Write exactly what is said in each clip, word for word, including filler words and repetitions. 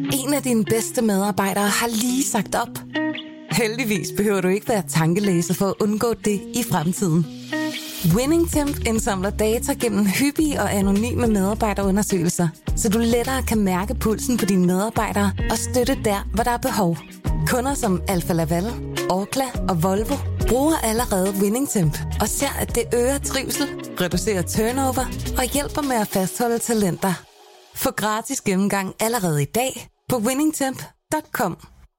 En af dine bedste medarbejdere har lige sagt op. Heldigvis behøver du ikke være tankelæser for at undgå det i fremtiden. WinningTemp indsamler data gennem hyppige og anonyme medarbejderundersøgelser, så du lettere kan mærke pulsen på dine medarbejdere og støtte der, hvor der er behov. Kunder som Alfa Laval, Orkla og Volvo bruger allerede WinningTemp og ser, at det øger trivsel, reducerer turnover og hjælper med at fastholde talenter. Få gratis gennemgang allerede i dag på winningtemp punktum com.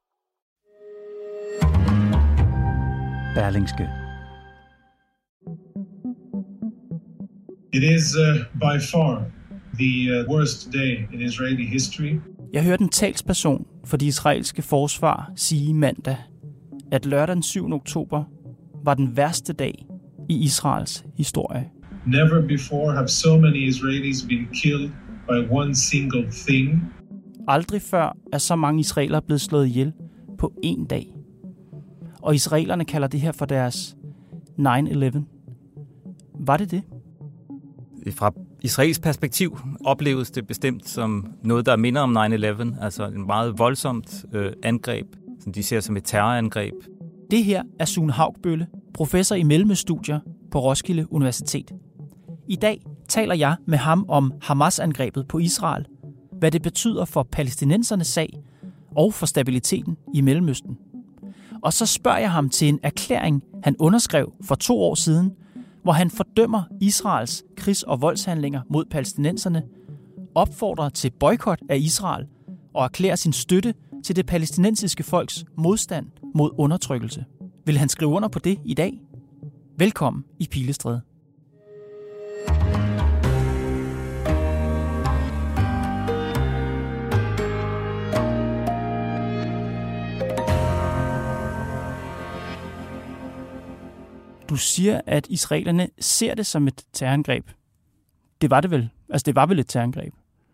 Berlingske. It is uh, by far the uh, worst day in Israeli history. Jeg hørte en talsperson for det israelske forsvar sige mandag, at lørdag den syvende oktober var den værste dag i Israels historie. Never before have so many Israelis been killed by one single thing. Aldrig før er så mange israelere blevet slået ihjel på én dag. Og israelerne kalder det her for deres nine eleven. Var det det? Fra israelsk perspektiv opleves det bestemt som noget, der minder om nine eleven, altså en meget voldsomt øh, angreb, som de ser som et terrorangreb. Det her er Sune Haugbølle, professor i Mellemøststudier på Roskilde Universitet. I dag taler jeg med ham om Hamas-angrebet på Israel, hvad det betyder for palæstinensernes sag og for stabiliteten i Mellemøsten. Og så spørger jeg ham til en erklæring, han underskrev for to år siden, hvor han fordømmer Israels krigs- og voldshandlinger mod palæstinenserne, opfordrer til boykot af Israel og erklærer sin støtte til det palæstinensiske folks modstand mod undertrykkelse. Vil han skrive under på det i dag? Velkommen i Pilestræde. Du siger, at israelerne ser det som et terrorangreb. Det var det vel? Altså, det var vel et terrorangreb?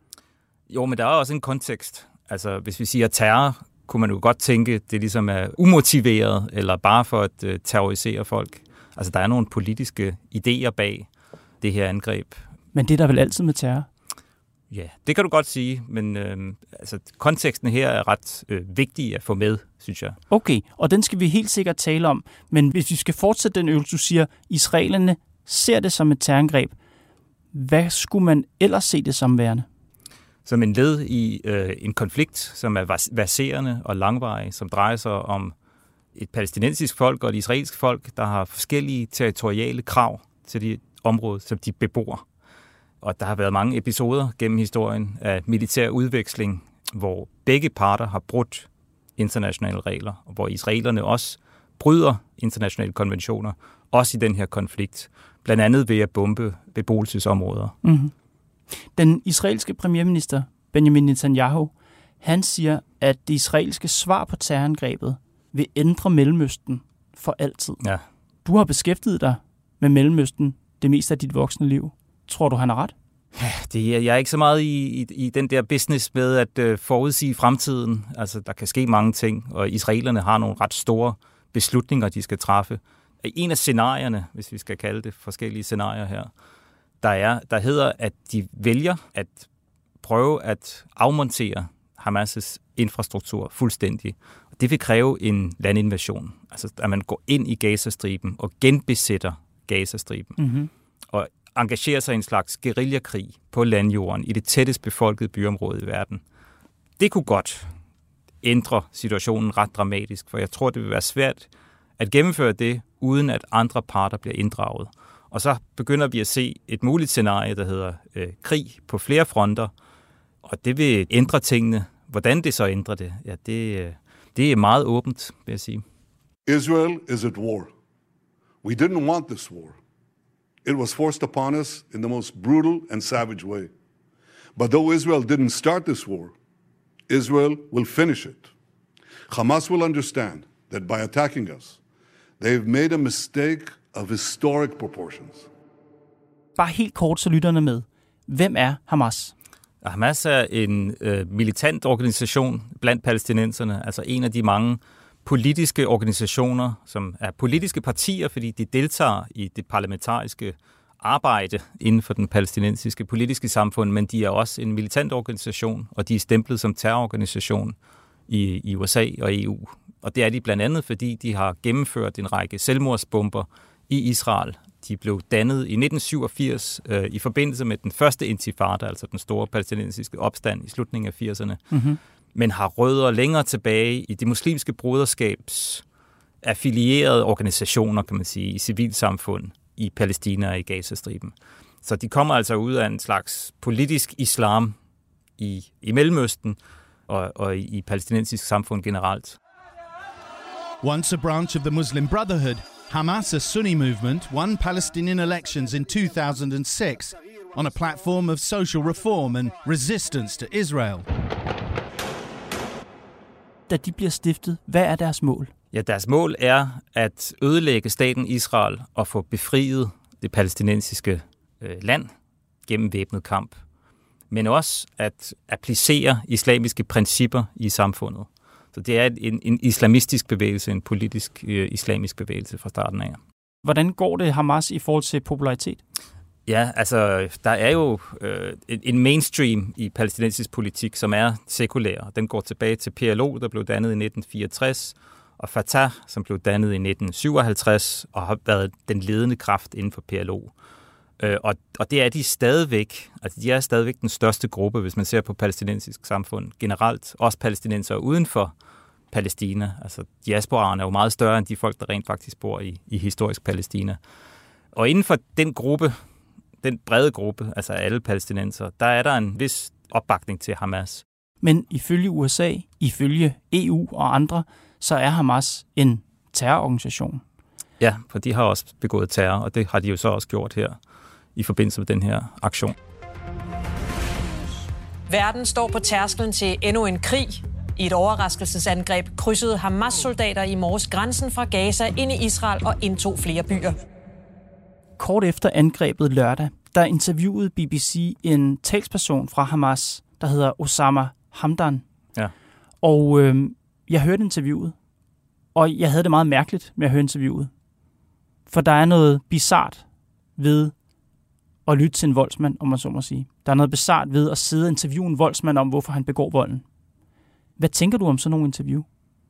Jo, men der er også en kontekst. Altså, hvis vi siger terror, kunne man jo godt tænke, det ligesom er umotiveret, eller bare for at uh, terrorisere folk. Altså, der er nogle politiske idéer bag det her angreb. Men det er der vel altid med terror? Ja, det kan du godt sige, men øh, altså, konteksten her er ret øh, vigtig at få med, synes jeg. Okay, og den skal vi helt sikkert tale om. Men hvis vi skal fortsætte den øvelse, du siger, israelerne ser det som et terrorangreb. Hvad skulle man ellers se det som værende? Som en led i øh, en konflikt, som er verserende og langvarig, som drejer sig om et palæstinensisk folk og et israelsk folk, der har forskellige territoriale krav til de områder, som de bebor. Og der har været mange episoder gennem historien af militær udveksling, hvor begge parter har brudt internationale regler, og hvor israelerne også bryder internationale konventioner, også i den her konflikt, blandt andet ved at bombe beboelsesområder. Mm-hmm. Den israelske premierminister Benjamin Netanyahu, han siger, at det israelske svar på terrorangrebet vil ændre Mellemøsten for altid. Ja. Du har beskæftiget dig med Mellemøsten det meste af dit voksne liv. Tror du, han har ret? Ja, det er, jeg er ikke så meget i, i, i den der business med at øh, forudsige fremtiden. Altså, der kan ske mange ting, og israelerne har nogle ret store beslutninger, de skal træffe. En af scenarierne, hvis vi skal kalde det forskellige scenarier her, der, er, der hedder, at de vælger at prøve at afmontere Hamas' infrastruktur fuldstændig. Det vil kræve en landinvasion. Altså, at man går ind i Gazastriben og genbesætter Gazastriben. Mm-hmm. Og engagerer sig i en slags guerillakrig på landjorden i det tættest befolkede byområde i verden. Det kunne godt ændre situationen ret dramatisk, for jeg tror, det vil være svært at gennemføre det, uden at andre parter bliver inddraget. Og så begynder vi at se et muligt scenarie, der hedder øh, krig på flere fronter, og det vil ændre tingene. Hvordan det så ændrer det, ja, det, øh, det er meget åbent, vil jeg sige. Israel is at war. We didn't want this war. It was forced upon us in the most brutal and savage way. But though Israel didn't start this war, Israel will finish it. Hamas will understand that by attacking us, they've made a mistake of historic proportions. Bare helt kort, så lytterne med. Hvem er Hamas? Hamas er en øh, militant organisation blandt palæstinenserne, altså en af de mange politiske organisationer, som er politiske partier, fordi de deltager i det parlamentariske arbejde inden for den palæstinensiske politiske samfund, men de er også en militant organisation, og de er stemplet som terrororganisation i, i U S A og E U. Og det er de blandt andet, fordi de har gennemført en række selvmordsbomber i Israel. De blev dannet i nitten syvogfirs øh, i forbindelse med den første intifada, altså den store palæstinensiske opstand i slutningen af firserne, mm-hmm. men har rødder længere tilbage i det muslimske broderskabs affilierede organisationer, kan man sige, i civilsamfund i Palæstina og i Gazastriben. Så de kommer altså ud af en slags politisk islam i, i Mellemøsten og, og i, i palæstinensisk samfund generelt. Once a branch of the Muslim Brotherhood, Hamas, a Sunni movement, won Palestinian elections in two thousand six on a platform of social reform and resistance to Israel. Da de bliver stiftet, hvad er deres mål? Ja, deres mål er at ødelægge staten Israel og få befriet det palæstinensiske øh, land gennem væbnet kamp, men også at applicere islamiske principper i samfundet. Så det er en, en islamistisk bevægelse, en politisk øh, islamisk bevægelse fra starten af. Hvordan går det Hamas i forhold til popularitet? Ja, altså, der er jo øh, en mainstream i palæstinensisk politik, som er sekulær. Den går tilbage til P L O, der blev dannet i nitten fireogtres, og Fatah, som blev dannet i nitten syvoghalvtreds, og har været den ledende kraft inden for P L O. Øh, og, og det er de stadigvæk, altså de er stadigvæk den største gruppe, hvis man ser på palæstinensisk samfund generelt. Også palæstinenser uden for Palæstina. Altså diasporaen er jo meget større end de folk, der rent faktisk bor i, i historisk Palæstina. Og inden for den gruppe, den brede gruppe, altså alle palæstinenser, der er der en vis opbakning til Hamas. Men ifølge U S A, ifølge E U og andre, så er Hamas en terrororganisation. Ja, for de har også begået terror, og det har de jo så også gjort her i forbindelse med den her aktion. Verden står på tærsklen til endnu en krig. I et overraskelsesangreb krydsede Hamas-soldater i morges grænsen fra Gaza ind i Israel og indtog flere byer. Kort efter angrebet lørdag, der interviewede B B C en talsperson fra Hamas, der hedder Osama Hamdan. Ja. Og øh, jeg hørte interviewet, og jeg havde det meget mærkeligt med at høre interviewet. For der er noget bizart ved at lytte til en voldsmand, om man så må sige. Der er noget bizart ved at sidde og interviewe en voldsmand om, hvorfor han begår volden. Hvad tænker du om sådan nogle interview?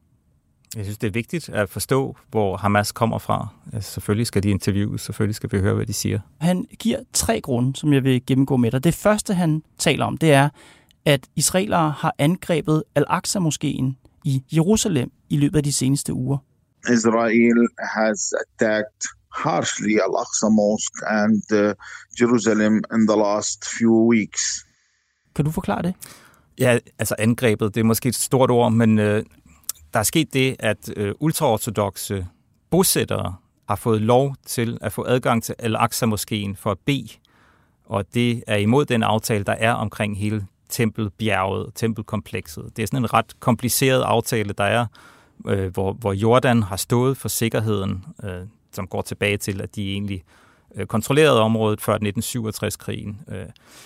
Jeg synes, det er vigtigt at forstå, hvor Hamas kommer fra. Altså, selvfølgelig skal de interviews, selvfølgelig skal vi høre, hvad de siger. Han giver tre grunde, som jeg vil gennemgå med dig. Det første, han taler om, det er, at israelere har angrebet Al-Aqsa-moskeen i Jerusalem i løbet af de seneste uger. Israel has attacked harshly Al-Aqsa Mosque and uh, Jerusalem in the last few weeks. Kan du forklare det? Ja, altså angrebet, det er måske et stort ord, men øh, der er sket det, at øh, ultraortodokse bosættere har fået lov til at få adgang til Al-Aqsa-moskeen for at bede, og det er imod den aftale, der er omkring hele tempelbjerget, tempelkomplekset. Det er sådan en ret kompliceret aftale, der er, øh, hvor, hvor Jordan har stået for sikkerheden, øh, som går tilbage til, at de egentlig øh, kontrollerede området før nitten syvogtres-krigen, øh,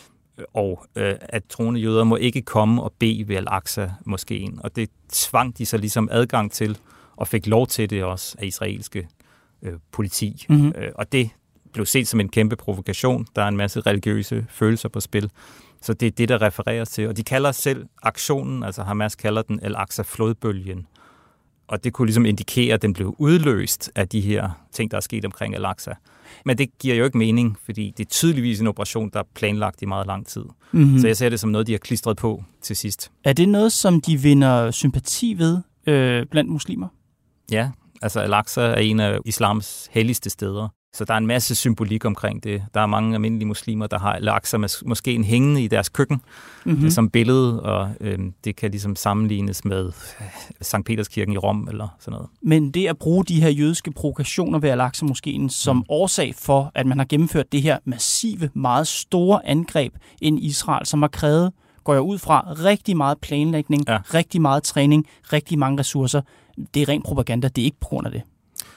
og øh, at troende jøder må ikke komme og bede ved Al-Aqsa-moskeen. Og det tvang de så ligesom adgang til, og fik lov til det også af israelske øh, politi. Mm-hmm. Øh, og det blev set som en kæmpe provokation. Der er en masse religiøse følelser på spil. Så det er det, der refereres til. Og de kalder selv aktionen, altså Hamas kalder den Al-Aqsa-flodbølgen. Og det kunne ligesom indikere, at den blev udløst af de her ting, der er sket omkring Al-Aqsa. Men det giver jo ikke mening, fordi det er tydeligvis en operation, der er planlagt i meget lang tid. Mm-hmm. Så jeg ser det som noget, de har klistret på til sidst. Er det noget, som de vinder sympati ved øh, blandt muslimer? Ja, altså Al-Aqsa er en af islams helligste steder. Så der er en masse symbolik omkring det. Der er mange almindelige muslimer, der har Al-Aqsa måske en hængende i deres køkken mm-hmm. som billede, og øh, det kan ligesom sammenlignes med Sankt Peterskirken i Rom eller sådan noget. Men det at bruge de her jødiske provokationer ved Al-Aqsa-moskeen som mm. årsag for, at man har gennemført det her massive, meget store angreb ind i Israel, som har krævet, går jeg ud fra, rigtig meget planlægning, ja. rigtig meget træning, rigtig mange ressourcer. Det er ren propaganda, det er ikke på grund af det.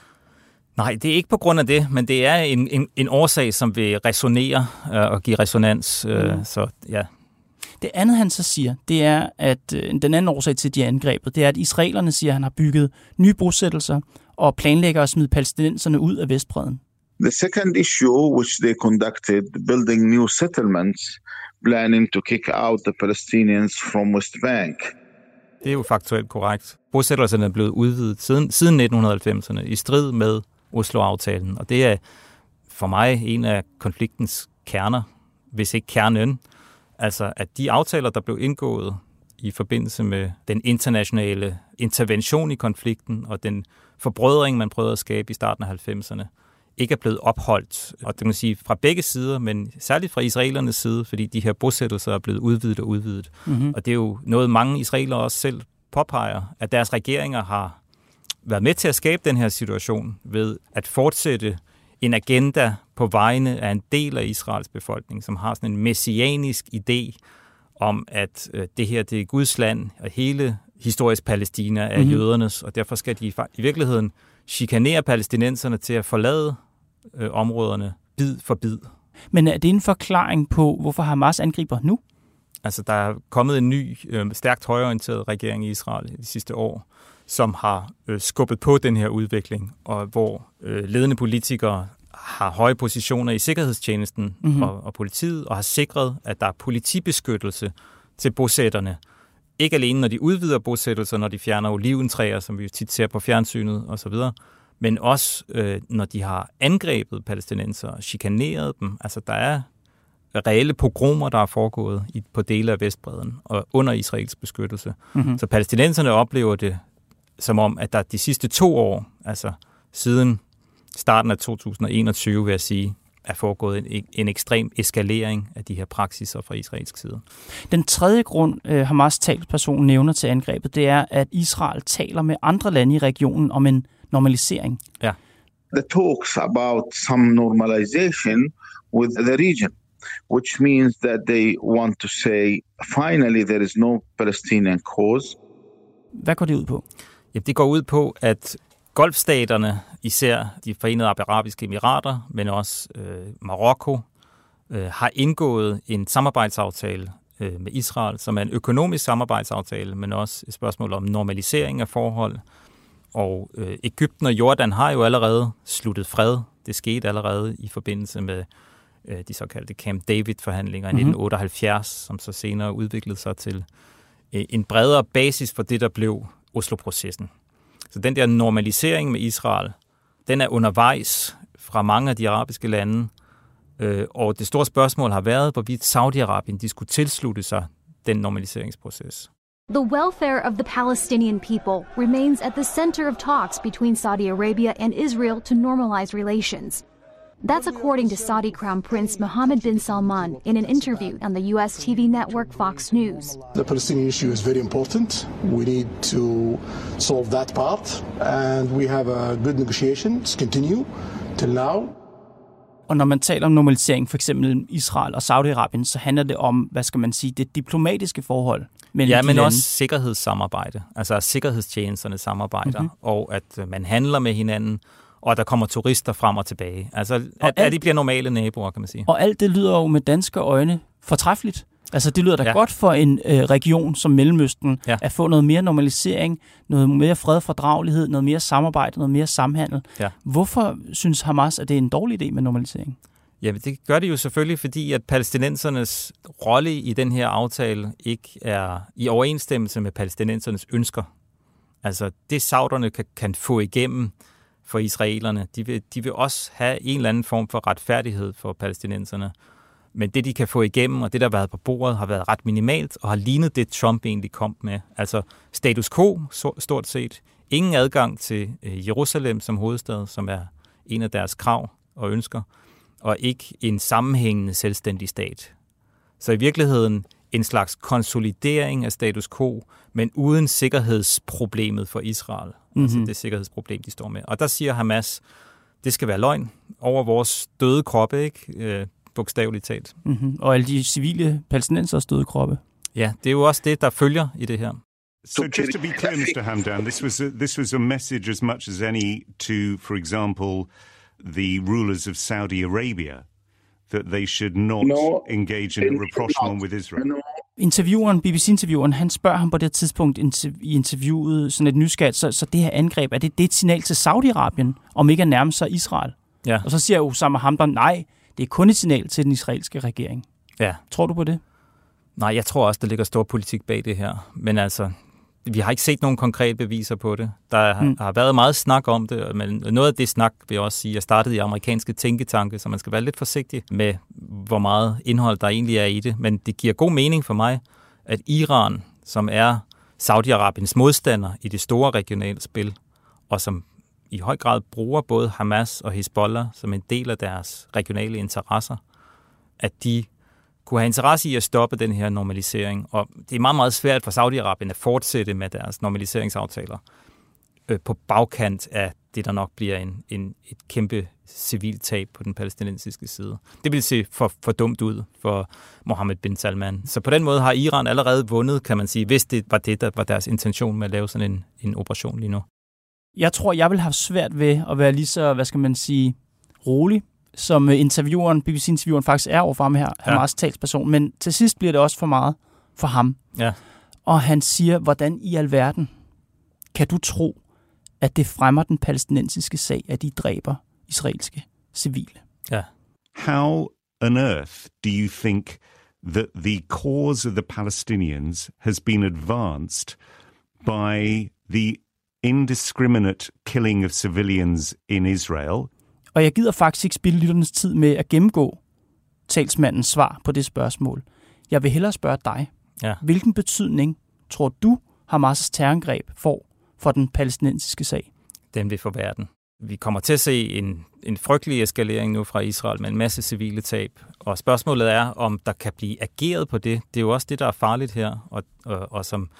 Nej, det er ikke på grund af det, men det er en, en, en årsag, som vil resonere øh, og give resonans. Øh, mm. Så ja. Det andet, han så siger, det er, at øh, den anden årsag til de angrebet, det er, at israelerne siger, at han har bygget nye bosættelser og planlægger at smide palæstinenserne ud af Vestbredden. The second issue, which they conducted, building new settlements, planning to kick out the Palestinians from West Bank. Det er jo faktuelt korrekt. Bosættelserne er blevet udvidet siden, siden nitten halvfemserne i strid med Oslo-aftalen, og det er for mig en af konfliktens kerner, hvis ikke kernen. Altså, at de aftaler, der blev indgået i forbindelse med den internationale intervention i konflikten og den forbrødring, man prøvede at skabe i starten af halvfemserne, ikke er blevet opholdt. Og det må sige fra begge sider, men særligt fra israelernes side, fordi de her bosættelser er blevet udvidet og udvidet. Mm-hmm. Og det er jo noget, mange israelere også selv påpeger, at deres regeringer har været med til at skabe den her situation ved at fortsætte en agenda på vegne af en del af Israels befolkning, som har sådan en messianisk idé om, at øh, det her det er Guds land, og hele historisk Palæstina er mm-hmm. jødernes, og derfor skal de i virkeligheden chikanere palæstinenserne til at forlade øh, områderne bid for bid. Men er det en forklaring på, hvorfor Hamas angriber nu? Altså, der er kommet en ny, øh, stærkt højreorienteret regering i Israel de sidste år, som har øh, skubbet på den her udvikling, og hvor øh, ledende politikere har høje positioner i sikkerhedstjenesten mm-hmm. og, og politiet, og har sikret, at der er politibeskyttelse til bosætterne. Ikke alene, når de udvider bosættelser, når de fjerner oliventræer, som vi tit ser på fjernsynet osv., men også, øh, når de har angrebet palæstinenser og chikaneret dem. Altså, der er reelle pogromer, der er foregået i, på dele af Vestbredden og under Israels beskyttelse. Mm-hmm. Så palæstinenserne oplever det som om, at der de sidste to år, altså siden starten af to tusind og enogtyve, vil jeg sige, er foregået en, en ekstrem eskalering af de her praksiser fra israelsk side. Den tredje grund, Hamas talsperson nævner til angrebet, det er, at Israel taler med andre lande i regionen om en normalisering. Ja. The talks about some normalization with the region, which means that they want to say, finally there is no Palestinian cause. Hvad går det ud på? Ja, det går ud på, at Golfstaterne, især de Forenede Arabiske Emirater, men også øh, Marokko, øh, har indgået en samarbejdsaftale øh, med Israel, som er en økonomisk samarbejdsaftale, men også et spørgsmål om normalisering af forhold. Og øh, Egypten og Jordan har jo allerede sluttet fred. Det skete allerede i forbindelse med øh, de såkaldte Camp David-forhandlinger i mm-hmm. nitten otteoghalvfjerds, som så senere udviklede sig til øh, en bredere basis for det, der blev Oslo-processen. Så den der normalisering med Israel, den er undervejs fra mange af de arabiske lande, øh, og det store spørgsmål har været, hvorvidt Saudi-Arabien de skulle tilslutte sig den normaliseringsproces. The welfare of the Palestinian people remains at the center of talks between Saudi Arabia and Israel to normalize relations. That's according to Saudi Crown Prince Mohammed bin Salman in an interview on the U S T V network Fox News. The Palestinian issue is very important. We need to solve that part, and we have a good negotiations continue till now. Og når man taler om normalisering, for eksempel Israel og Saudi-Arabien, så handler det om, hvad skal man sige, det diplomatiske forhold mellem ja, de men lande. også sikkerhedssamarbejde, altså sikkerhedstjenesterne samarbejder, mm-hmm. og at man handler med hinanden, og der kommer turister frem og tilbage. Altså, at, alt, at de bliver normale naboer, kan man sige. Og alt det lyder jo med danske øjne fortræffeligt. Altså, det lyder da ja. godt for en øh, region som Mellemøsten, ja. at få noget mere normalisering, noget mere fred, fordragelighed, noget mere samarbejde, noget mere samhandel. Ja. Hvorfor synes Hamas, at det er en dårlig idé med normalisering? Jamen, det gør det jo selvfølgelig, fordi at palæstinensernes rolle i den her aftale ikke er i overensstemmelse med palæstinensernes ønsker. Altså, det sauderne kan, kan få igennem for israelerne, de vil, de vil også have en eller anden form for retfærdighed for palæstinenserne. Men det, de kan få igennem, og det, der har været på bordet, har været ret minimalt, og har lignet det, Trump egentlig kom med. Altså status quo, stort set. Ingen adgang til Jerusalem som hovedstad, som er en af deres krav og ønsker, og ikke en sammenhængende selvstændig stat. Så i virkeligheden en slags konsolidering af status quo, men uden sikkerhedsproblemet for Israel. Mm-hmm. Altså det sikkerhedsproblem, de står med. Og der siger Hamas, det skal være løgn over vores døde kroppe, ikke? Øh, bogstaveligt talt. Mm-hmm. Og alle de civile palæstinensers døde kroppe. Ja, det er jo også det, der følger i det her. So just to be clear, Mister Hamdan, this was a, this was a message as much as any to, for example, the rulers of Saudi Arabia, that they should not no, engage in a rapprochement with Israel. No. Intervieweren, B B C-intervieweren, han spørger ham på det tidspunkt i interviewet sådan et nysgerrigt, så, så det her angreb, er det, det er et signal til Saudi-Arabien, om ikke at nærme sig Israel? Ja. Og så siger Osama Hamdan, nej, det er kun et signal til den israelske regering. Ja. Tror du på det? Nej, jeg tror også, der ligger stor politik bag det her. Men altså, vi har ikke set nogen konkrete beviser på det. Der mm. har været meget snak om det, men noget af det snak, vil jeg også sige, er startet i amerikanske tænketanke, så man skal være lidt forsigtig med, hvor meget indhold der egentlig er i det. Men det giver god mening for mig, at Iran, som er Saudi-Arabiens modstander i det store regionale spil, og som i høj grad bruger både Hamas og Hezbollah som en del af deres regionale interesser, at de kunne have interesse i at stoppe den her normalisering. Og det er meget, meget svært for Saudi-Arabien at fortsætte med deres normaliseringsaftaler øh, på bagkant af det, der nok bliver en, en, et kæmpe civilt tab på den palæstinensiske side. Det vil se for, for dumt ud for Mohammed bin Salman. Så på den måde har Iran allerede vundet, kan man sige, hvis det var det, der var deres intention med at lave sådan en, en operation lige nu. Jeg tror, jeg vil have svært ved at være lige så, hvad skal man sige, rolig, som intervieweren, B B C-intervieweren faktisk er overfor ham her, ja. Hamas talsperson, men til sidst bliver det også for meget for ham. Ja. Og han siger, hvordan i alverden kan du tro, at det fremmer den palæstinensiske sag, at de dræber israelske civile? Ja. How on earth do you think that the cause of the Palestinians has been advanced by the indiscriminate killing of civilians in Israel? Og jeg gider faktisk ikke spilde lytternes tid med at gennemgå talsmandens svar på det spørgsmål. Jeg vil hellere spørge dig. Ja. Hvilken betydning tror du, Hamas' terrorangreb får for den palæstinensiske sag? Den vil for verden. Vi kommer til at se en, en frygtelig eskalering nu fra Israel med en masse civile tab. Og spørgsmålet er, om der kan blive ageret på det. Det er jo også det, der er farligt her, og, og, og som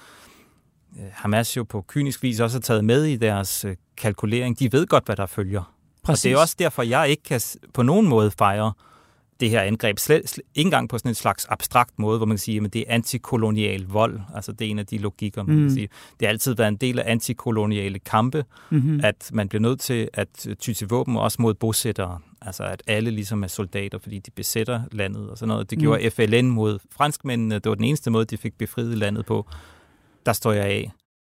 Hamas jo på kynisk vis også har taget med i deres kalkulering. De ved godt, hvad der følger. Præcis. Og det er også derfor, jeg ikke kan på nogen måde fejre det her angreb. Slet, slet, ikke engang på sådan en slags abstrakt måde, hvor man kan sige, at det er antikolonial vold. Altså det er en af de logikker, man mm. kan sige. Det har altid været en del af antikoloniale kampe, mm-hmm. at man bliver nødt til at ty til våben, også mod bosættere. Altså at alle ligesom er soldater, fordi de besætter landet og sådan noget. Det gjorde mm. F L N mod franskmændene. Det var den eneste måde, de fik befriet landet på. Der står jeg af.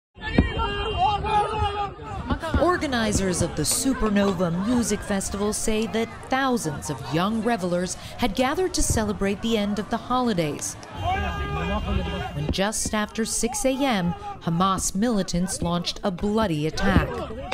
Organizers of the Supernova Music Festival say that thousands of young revelers had gathered to celebrate the end of the holidays. When just after six a.m., Hamas militants launched a bloody attack.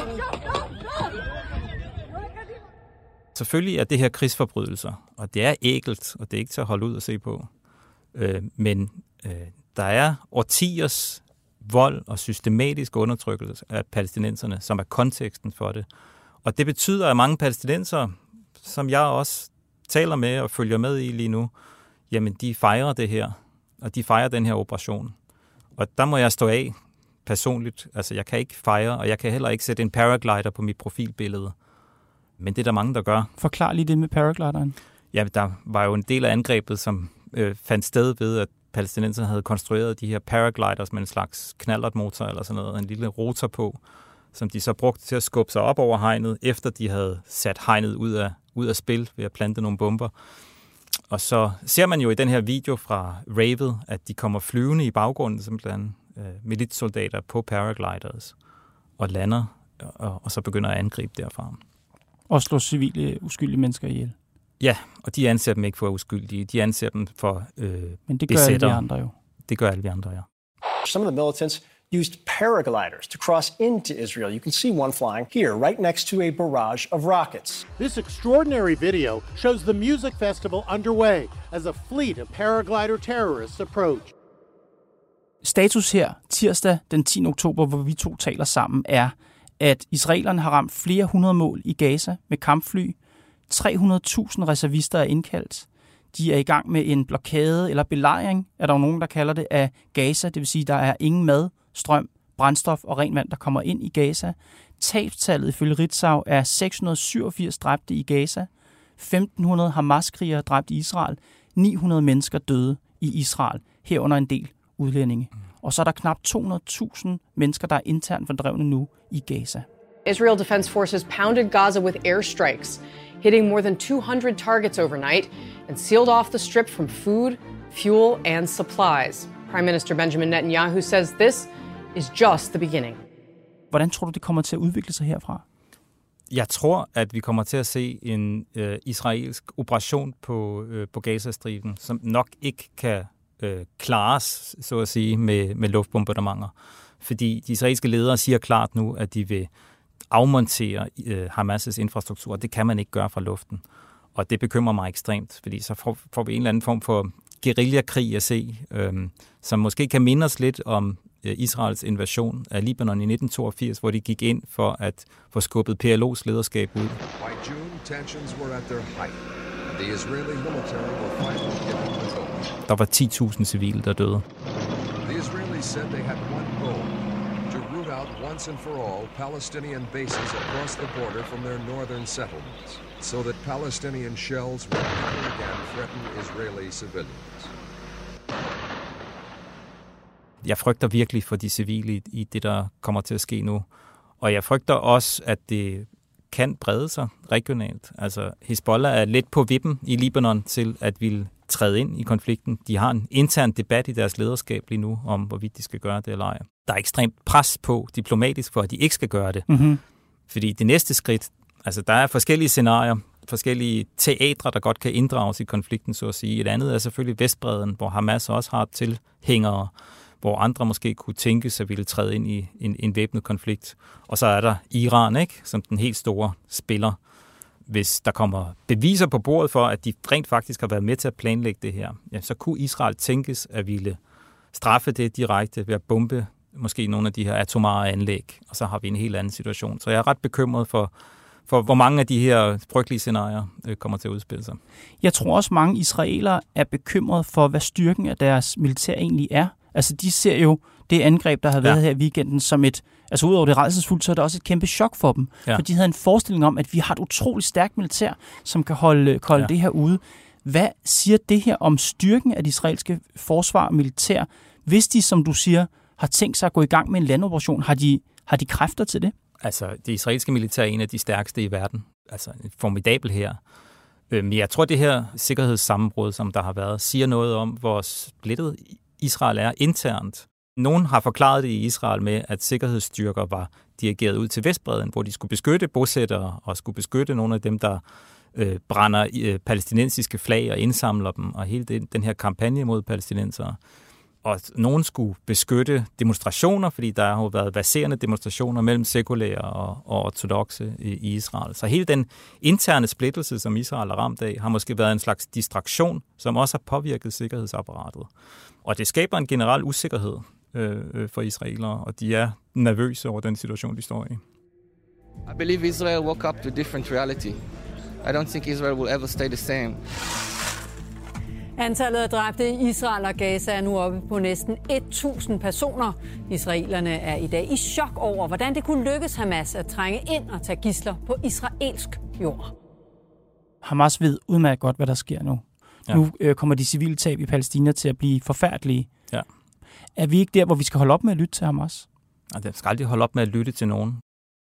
Selvfølgelig er det her krigsforbrydelser, og det er ækelt, og det er ikke til at holde ud og se på. Øh, men øh, der er årtiers vold og systematisk undertrykkelse af palæstinenserne, som er konteksten for det. Og det betyder, at mange palæstinensere, som jeg også taler med og følger med i lige nu, jamen de fejrer det her, og de fejrer den her operation. Og der må jeg stå af personligt. Altså jeg kan ikke fejre, og jeg kan heller ikke sætte en paraglider på mit profilbillede. Men det er der mange, der gør. Forklar lige det med paraglideren. Ja, der var jo en del af angrebet, som øh, fandt sted ved, at palæstinenserne havde konstrueret de her paragliders med en slags knallertmotor eller sådan noget, en lille rotor på, som de så brugte til at skubbe sig op over hegnet, efter de havde sat hegnet ud af, ud af spil ved at plante nogle bomber. Og så ser man jo i den her video fra Ravet, at de kommer flyvende i baggrunden, simpelthen øh, militssoldater på paragliders, og lander, og, og så begynder at angribe derfra. Og slå civile, uskyldige mennesker ihjel. Ja, og de anser dem ikke for uskyldige. De anser dem for øh, Men det gør besætter. alle de andre jo. Det gør alle de andre, ja. Some of the militants used paragliders to cross into Israel. You can see one flying here, right next to a barrage of rockets. This extraordinary video shows the music festival underway as a fleet of paraglider terrorists approach. Status her, tirsdag den tiende oktober, hvor vi to taler sammen, er, at israelerne har ramt flere hundrede mål i Gaza med kampfly. tre hundrede tusind reservister er indkaldt. De er i gang med en blokade eller belejring, er der jo nogen, der kalder det, af Gaza. Det vil sige, at der er ingen mad, strøm, brændstof og ren vand, der kommer ind i Gaza. Tabstallet ifølge Ritzau er seks hundrede syvogfirs dræbte i Gaza, femten hundrede Hamas-krigere dræbt i Israel, ni hundrede mennesker døde i Israel, herunder en del udlændinge. Og så er der knap to hundrede tusind mennesker, der er internt fordrevne nu i Gaza. Israel Defense Forces pounded Gaza with airstrikes, hitting more than two hundred targets overnight and sealed off the strip from food, fuel and supplies. Prime Minister Benjamin Netanyahu says this is just the beginning. Hvordan tror du, det kommer til at udvikle sig herfra? Jeg tror, at vi kommer til at se en øh, israelsk operation på, øh, på Gazastriben, som nok ikke kan øh, klares, så at sige, med, med luftbombardementer. Fordi de israelske ledere siger klart nu, at de vil afmontere øh, Hamas' infrastruktur. Det kan man ikke gøre fra luften. Og det bekymrer mig ekstremt, fordi så får, får vi en eller anden form for guerillakrig at se, øh, som måske kan minde os lidt om øh, Israels invasion af Libanon i nitten toogfirs, hvor de gik ind for at få skubbet P L O's lederskab ud. By June, tensions were at their height, and the Israeli military were finally given the go. Der var ti tusind civile, der døde. The Israelis said they had one goal: to root out once and for all Palestinian bases across the border from their northern settlements, so that Palestinian shells will never again threaten Israeli civilians. Jeg frygter virkelig for de civile i det, der kommer til at ske nu. Og jeg frygter også, at det kan brede sig regionalt. Altså, Hezbollah er lidt på vippen i Libanon til at ville træde ind i konflikten. De har en intern debat i deres lederskab lige nu, om hvorvidt de skal gøre det eller ej. Der er ekstremt pres på diplomatisk for, at de ikke skal gøre det. Mm-hmm. Fordi det næste skridt, altså der er forskellige scenarier, forskellige teatre, der godt kan inddrages i konflikten, så at sige. Et andet er selvfølgelig Vestbredden, hvor Hamas også har tilhængere, hvor andre måske kunne tænke sig at ville træde ind i en, en væbnet konflikt. Og så er der Iran, ikke, som den helt store spiller. Hvis der kommer beviser på bordet for, at de rent faktisk har været med til at planlægge det her, ja, så kunne Israel tænkes at ville straffe det direkte ved at bombe måske nogle af de her atomare anlæg, og så har vi en helt anden situation. Så jeg er ret bekymret for, for hvor mange af de her frygtelige scenarier øh, kommer til at udspille sig. Jeg tror også, mange israelere er bekymret for, hvad styrken af deres militær egentlig er. Altså, de ser jo det angreb, der har været ja. her i weekenden, som et, altså udover det rædselsfuldt, så er det også et kæmpe chok for dem. Ja. For de havde en forestilling om, at vi har et utroligt stærkt militær, som kan holde, holde ja. det her ude. Hvad siger det her om styrken af det israelske forsvar og militær, hvis de, som du siger, har tænkt sig at gå i gang med en landoperation? Har de, har de kræfter til det? Altså, det israelske militær er en af de stærkeste i verden. Altså, formidabel her. Men jeg tror, det her sikkerhedssammenbrud, som der har været, siger noget om, hvor splittet Israel er internt. Nogen har forklaret det i Israel med, at sikkerhedsstyrker var dirigeret ud til Vestbredden, hvor de skulle beskytte bosættere og skulle beskytte nogle af dem, der øh, brænder øh, palæstinensiske flag og indsamler dem, og hele den, den her kampagne mod palæstinensere. Og nogen skulle beskytte demonstrationer, fordi der har jo været verserende demonstrationer mellem sekulære og, og ortodokse i, i Israel. Så hele den interne splittelse, som Israel er ramt af, har måske været en slags distraktion, som også har påvirket sikkerhedsapparatet. Og det skaber en generel usikkerhed øh, for israelere, og de er nervøse over den situation, de står i. I believe Israel woke up to a different reality. I don't think Israel will ever stay the same. Antallet af dræbte i Israel og Gaza er nu oppe på næsten tusind personer. Israelerne er i dag i chok over, hvordan det kunne lykkes Hamas at trænge ind og tage gidsler på israelsk jord. Hamas ved udmærket godt, hvad der sker nu. Ja. Nu øh, kommer de civile tab i Palæstina til at blive forfærdelige. Ja. Er vi ikke der, hvor vi skal holde op med at lytte til Hamas? Ja, det skal aldrig holde op med at lytte til nogen.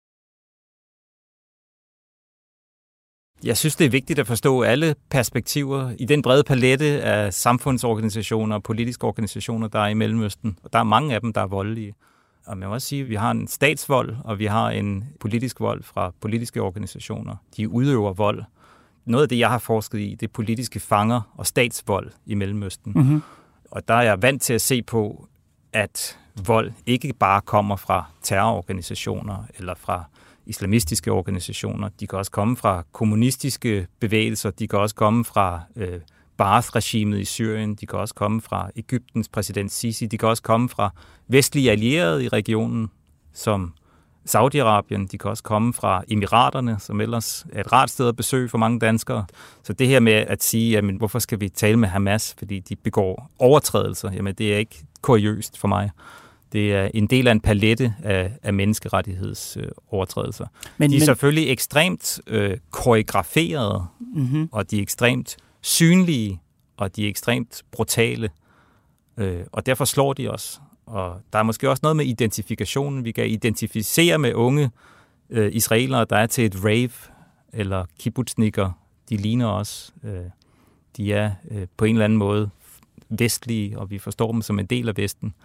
Jeg synes, det er vigtigt at forstå alle perspektiver i den brede palette af samfundsorganisationer og politiske organisationer, der er i Mellemøsten. Og der er mange af dem, der er voldelige. Og man må også sige, at vi har en statsvold, og vi har en politisk vold fra politiske organisationer. De udøver vold. Noget af det, jeg har forsket i, det er politiske fanger og statsvold i Mellemøsten. Mm-hmm. Og der er jeg vant til at se på, at vold ikke bare kommer fra terrororganisationer eller fra islamistiske organisationer. De kan også komme fra kommunistiske bevægelser. De kan også komme fra øh, Baath-regimet i Syrien. De kan også komme fra Egyptens præsident Sisi. De kan også komme fra vestlige allierede i regionen, som Saudi-Arabien. De kan også komme fra Emiraterne, som ellers er et rart sted at besøge for mange danskere. Så det her med at sige, jamen, hvorfor skal vi tale med Hamas, fordi de begår overtrædelser, jamen, det er ikke kuriøst for mig. Det er en del af en palette af, af menneskerettighedsovertrædelser. Men, de er men... selvfølgelig ekstremt øh, koreograferede, mm-hmm. og de er ekstremt synlige, og de er ekstremt brutale. Øh, og derfor slår de os. Og der er måske også noget med identifikationen. Vi kan identificere med unge øh, israelere, der er til et rave, eller kibbutznikker. De ligner os. Øh, de er øh, på en eller anden måde vestlige, og vi forstår dem som en del af Vesten.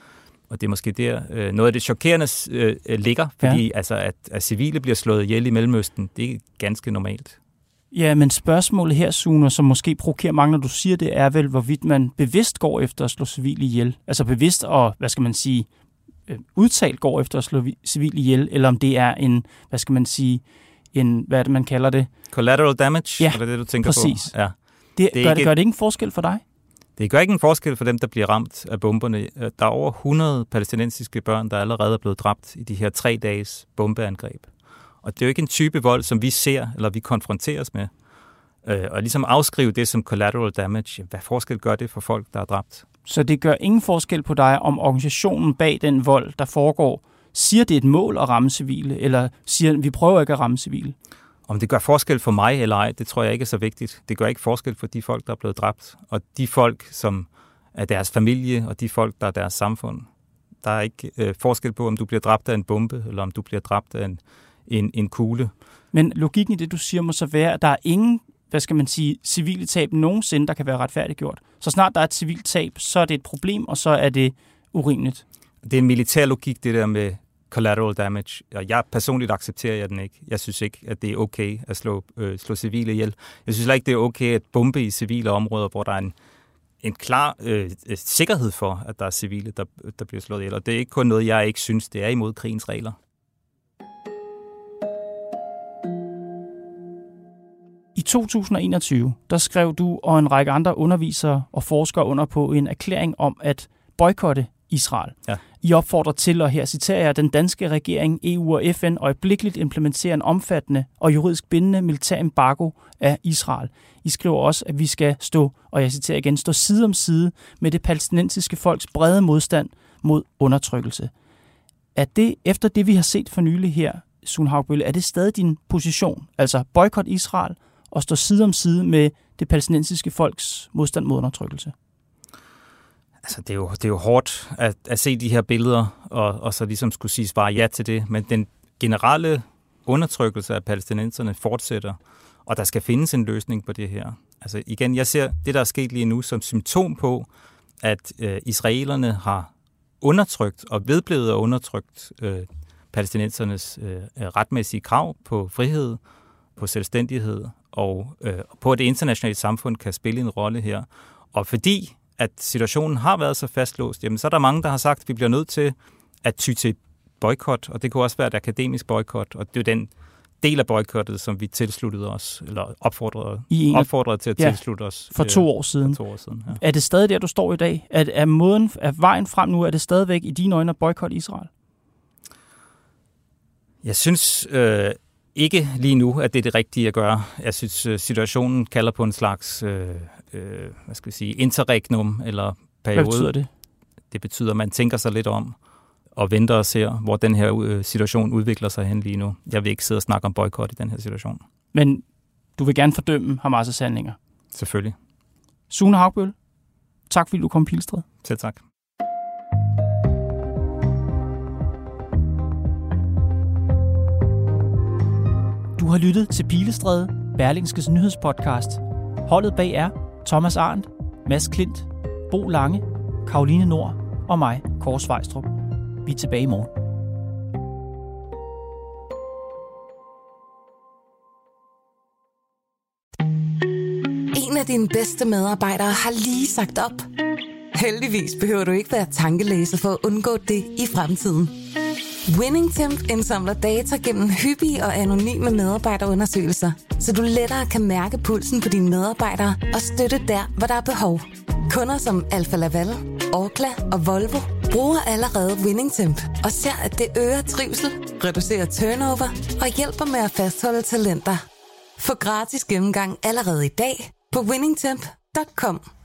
Og det er måske der øh, noget af det chokerende øh, ligger, fordi ja. altså, at, at civile bliver slået ihjel i Mellemøsten, det er ganske normalt. Ja, men spørgsmålet her, Sune, som måske provokerer mange, når du siger det, er vel, hvorvidt man bevidst går efter at slå civile ihjel. Altså bevidst og, hvad skal man sige, udtalt går efter at slå civile ihjel, eller om det er en, hvad skal man sige, en, hvad er det, man kalder det? Collateral damage, ja, eller det, du tænker præcis. på? Ja, det, det gør, ikke, det, gør det ikke en forskel for dig? Det gør ikke en forskel for dem, der bliver ramt af bomberne. Der er over hundrede palæstinensiske børn, der allerede er blevet dræbt i de her tre dages bombeangreb. Og det er jo ikke en type vold, som vi ser, eller vi konfronteres med. Og ligesom afskrive det som collateral damage, hvad forskel gør det for folk, der er dræbt? Så det gør ingen forskel på dig, om organisationen bag den vold, der foregår, siger, det er et mål at ramme civile, eller siger, vi prøver ikke at ramme civile? Om det gør forskel for mig eller ej, det tror jeg ikke er så vigtigt. Det gør ikke forskel for de folk, der er blevet dræbt, og de folk, som er deres familie, og de folk, der er deres samfund. Der er ikke øh, forskel på, om du bliver dræbt af en bombe, eller om du bliver dræbt af en, en, en kugle. Men logikken i det, du siger, må så være, at der er ingen, hvad skal man sige, civile tab nogensinde, der kan være retfærdiggjort. Så snart der er et civilt tab, så er det et problem, og så er det urimeligt. Det er en militær logik, det der med collateral damage, og jeg personligt accepterer jeg den ikke. Jeg synes ikke, at det er okay at slå, øh, slå civile ihjel. Jeg synes heller ikke, det er okay at bombe i civile områder, hvor der er en, en klar øh, sikkerhed for, at der er civile, der, der bliver slået ihjel. Og det er ikke kun noget, jeg ikke synes, det er imod krigens regler. I to tusind og enogtyve, der skrev du og en række andre undervisere og forskere under på en erklæring om at boykotte Israel. Ja. I opfordrer til, og her citerer jeg, den danske regering, E U og F N øjeblikkeligt implementerer en omfattende og juridisk bindende militær embargo af Israel. I skriver også, at vi skal stå, og jeg citerer igen, stå side om side med det palæstinensiske folks brede modstand mod undertrykkelse. Er det, efter det vi har set for nylig her, Sune Haugbølle, er det stadig din position, altså boykot Israel og stå side om side med det palæstinensiske folks modstand mod undertrykkelse? Altså, det er jo, det er jo hårdt at, at se de her billeder, og, og så ligesom skulle sige bare ja til det. Men den generelle undertrykkelse af palæstinenserne fortsætter, og der skal findes en løsning på det her. Altså igen, jeg ser det, der er sket lige nu, som symptom på, at øh, israelerne har undertrykt og vedblevet og undertrykt øh, palæstinensernes øh, retmæssige krav på frihed, på selvstændighed, og øh, på at det internationale samfund kan spille en rolle her. Og fordi at situationen har været så fastlåst, jamen så er der mange, der har sagt, at vi bliver nødt til at ty til boykot, og det kunne også være et akademisk boykot, og det er jo den del af boykottet, som vi tilsluttede os, eller opfordrede, opfordrede til at ja, tilslutte os. For to år siden. For to år siden ja. Er det stadig der, du står i dag? Er, er, måden, er vejen frem nu, er det stadigvæk i dine øjne at boykotte Israel? Jeg synes øh, ikke lige nu, at det er det rigtige at gøre. Jeg synes, situationen kalder på en slags øh, øh, hvad skal vi sige, interregnum eller periode. Hvad betyder det? Det betyder, at man tænker sig lidt om og venter og ser, hvor den her øh, situation udvikler sig hen lige nu. Jeg vil ikke sidde og snakke om boykot i den her situation. Men du vil gerne fordømme Hamas' handlinger? Selvfølgelig. Sune Haugbølle, tak fordi du kom, Pilestræde. Selv tak. Du har lyttet til Pilestræde, Berlingskes nyhedspodcast. Holdet bag er Thomas Arndt, Mads Klint, Bo Lange, Karoline Nord og mig, Kåre Svejstrup. Vi er tilbage i morgen. En af dine bedste medarbejdere har lige sagt op. Heldigvis behøver du ikke være tankelæser for at undgå det i fremtiden. WinningTemp indsamler data gennem hyppige og anonyme medarbejderundersøgelser, så du lettere kan mærke pulsen på dine medarbejdere og støtte der, hvor der er behov. Kunder som Alfa Laval, Orkla og Volvo bruger allerede WinningTemp og ser, at det øger trivsel, reducerer turnover og hjælper med at fastholde talenter. Få gratis gennemgang allerede i dag på winningtemp punktum com.